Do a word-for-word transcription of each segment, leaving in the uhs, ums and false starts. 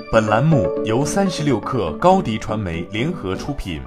本栏目由三十六氪高迪传媒联合出品。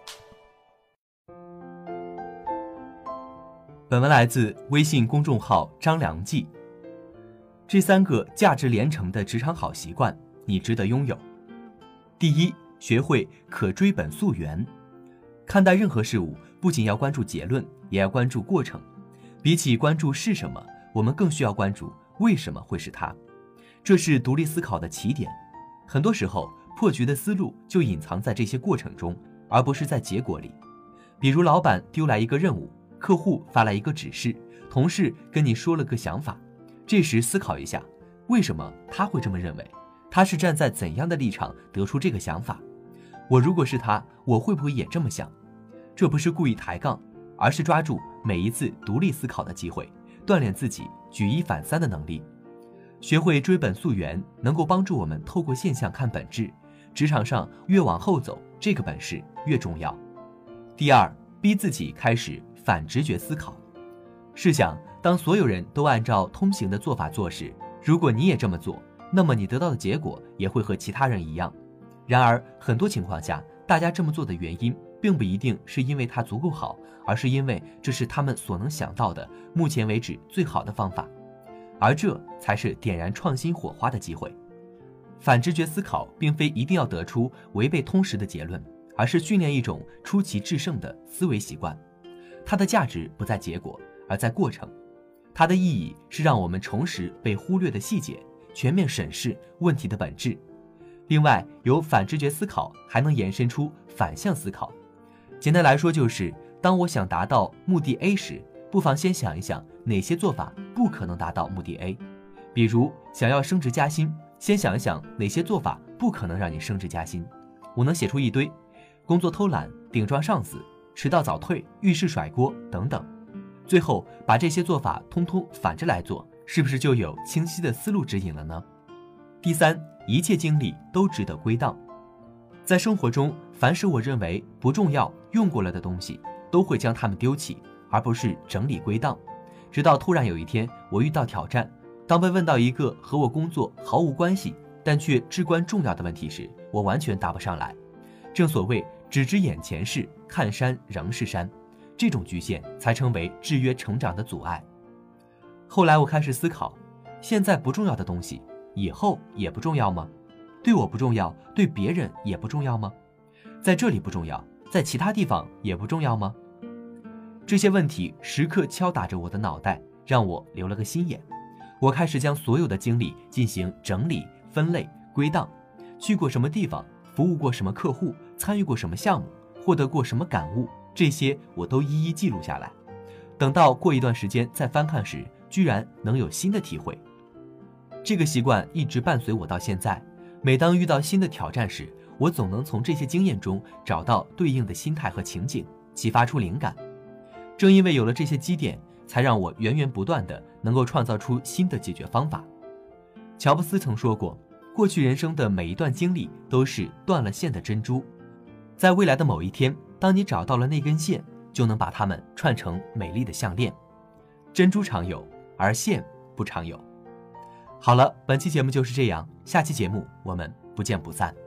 本文来自微信公众号张良记。这三个价值连城的职场好习惯，你值得拥有。第一，学会可追本溯源。看待任何事物，不仅要关注结论，也要关注过程。比起关注是什么，我们更需要关注为什么会是它。这是独立思考的起点。很多时候，破局的思路就隐藏在这些过程中，而不是在结果里。比如老板丢来一个任务，客户发来一个指示，同事跟你说了个想法，这时思考一下，为什么他会这么认为？他是站在怎样的立场得出这个想法？我如果是他，我会不会也这么想？这不是故意抬杠，而是抓住每一次独立思考的机会，锻炼自己举一反三的能力。学会追本溯源，能够帮助我们透过现象看本质。职场上越往后走，这个本事越重要。第二，逼自己开始反直觉思考。试想，当所有人都按照通行的做法做时，如果你也这么做，那么你得到的结果也会和其他人一样。然而，很多情况下，大家这么做的原因，并不一定是因为它足够好，而是因为这是他们所能想到的目前为止最好的方法。而这才是点燃创新火花的机会。反直觉思考并非一定要得出违背通识的结论，而是训练一种出奇制胜的思维习惯。它的价值不在结果，而在过程。它的意义是让我们重拾被忽略的细节，全面审视问题的本质。另外，由反直觉思考还能延伸出反向思考。简单来说，就是当我想达到目的 A 时，不妨先想一想哪些做法不可能达到目的 A。 比如想要升职加薪，先想一想哪些做法不可能让你升职加薪。我能写出一堆：工作偷懒、顶撞上司、迟到早退、遇事甩锅等等。最后把这些做法通通反着来做，是不是就有清晰的思路指引了呢？第三，一切经历都值得归档。在生活中，凡是我认为不重要、用过了的东西，都会将它们丢弃，而不是整理归档。直到突然有一天，我遇到挑战，当被问到一个和我工作毫无关系，但却至关重要的问题时，我完全答不上来。正所谓只知眼前事，看山仍是山，这种局限才成为制约成长的阻碍。后来我开始思考，现在不重要的东西，以后也不重要吗？对我不重要，对别人也不重要吗？在这里不重要，在其他地方也不重要吗？这些问题时刻敲打着我的脑袋，让我留了个心眼。我开始将所有的经历进行整理、分类、归档，去过什么地方，服务过什么客户，参与过什么项目，获得过什么感悟，这些我都一一记录下来。等到过一段时间再翻看时，居然能有新的体会。这个习惯一直伴随我到现在，每当遇到新的挑战时，我总能从这些经验中找到对应的心态和情景，启发出灵感。正因为有了这些积淀，才让我源源不断地能够创造出新的解决方法。乔布斯曾说过，过去人生的每一段经历都是断了线的珍珠，在未来的某一天，当你找到了那根线，就能把它们串成美丽的项链。珍珠常有，而线不常有。好了，本期节目就是这样，下期节目我们不见不散。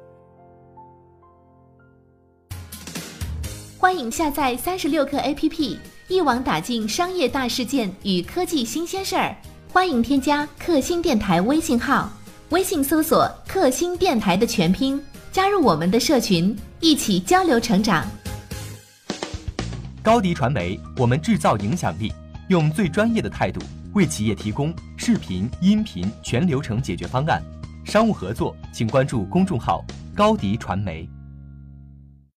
欢迎下载三十六课 A P P， 一网打尽商业大事件与科技新鲜事儿。欢迎添加克星电台微信号，微信搜索克星电台的全拼，加入我们的社群，一起交流成长。 高迪传媒，我们制造影响力，用最专业的态度为企业提供视频、音频全流程解决方案。商务合作，请关注公众号高迪传媒。